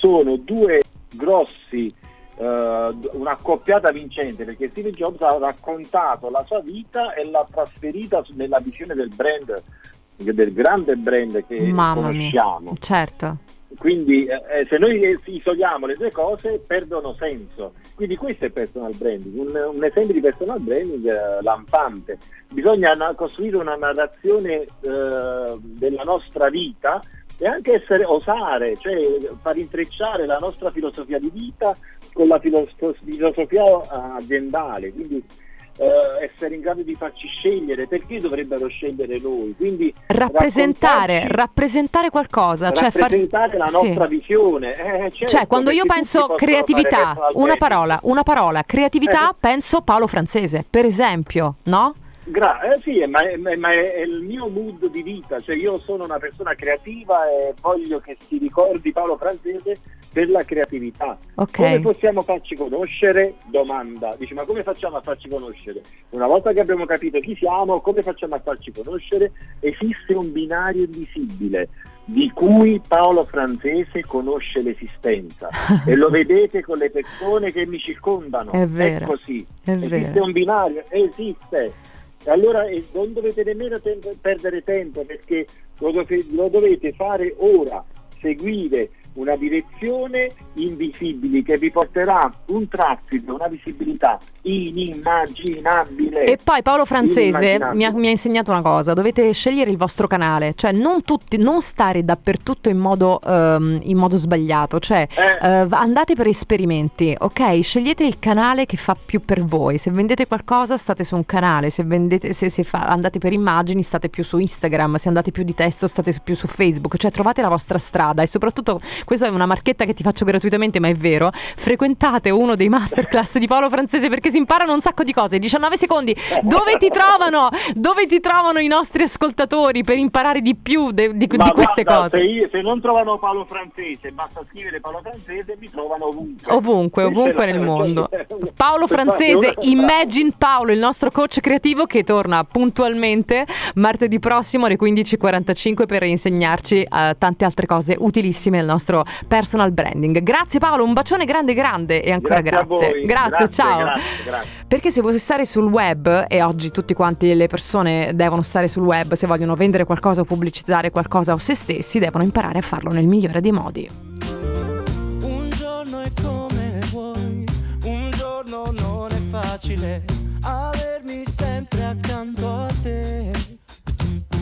sono due grossi, un'accoppiata vincente, perché Steve Jobs ha raccontato la sua vita e l'ha trasferita nella visione del brand, del grande brand che conosciamo. Mia. Certo. Quindi se noi isoliamo le due cose perdono senso. Quindi questo è personal branding, un esempio di personal branding lampante. Bisogna costruire una narrazione della nostra vita e anche osare, cioè far intrecciare la nostra filosofia di vita con la filosofia aziendale, quindi essere in grado di farci scegliere. Perché dovrebbero scegliere noi? Quindi rappresentare qualcosa, rappresentare la nostra visione. Certo, cioè quando io penso creatività, una parola, creatività, penso Paolo Francese, per esempio, no? Sì, ma è il mio mood di vita, cioè io sono una persona creativa e voglio che si ricordi Paolo Francese per la creatività. Come possiamo farci conoscere? Domanda. Dici, ma come facciamo a farci conoscere? Una volta che abbiamo capito chi siamo, come facciamo a farci conoscere? Esiste un binario invisibile di cui Paolo Francese conosce l'esistenza e lo vedete con le persone che mi circondano. È vero, è così. Vero. Esiste un binario, esiste. Allora non dovete nemmeno perdere tempo, perché lo dovete fare ora, seguire una direzione invisibile che vi porterà un traffico, una visibilità inimmaginabile. E poi Paolo Francese mi ha insegnato una cosa: dovete scegliere il vostro canale, cioè non stare dappertutto in modo sbagliato, cioè andate per esperimenti, ok? Scegliete il canale che fa più per voi. Se vendete qualcosa state su un canale, se andate per immagini state più su Instagram, se andate più di testo state più su Facebook, cioè trovate la vostra strada. E soprattutto, questa è una marchetta che ti faccio gratuitamente, ma è vero, frequentate uno dei masterclass di Paolo Francese, perché si imparano un sacco di cose. 19 secondi, dove ti trovano i nostri ascoltatori per imparare di più di queste cose? Se non trovano Paolo Francese, basta scrivere Paolo Francese, mi trovano ovunque nel mondo. Paolo Francese, Imagine Paolo, il nostro coach creativo, che torna puntualmente martedì prossimo alle 15:45 per insegnarci tante altre cose utilissime al nostro personal branding. Grazie Paolo, un bacione grande e ancora grazie. Grazie, ciao. Grazie. Perché se vuoi stare sul web, e oggi tutti quanti le persone devono stare sul web, se vogliono vendere qualcosa o pubblicizzare qualcosa o se stessi, devono imparare a farlo nel migliore dei modi. Un giorno è come vuoi, un giorno non è facile avermi sempre accanto a te.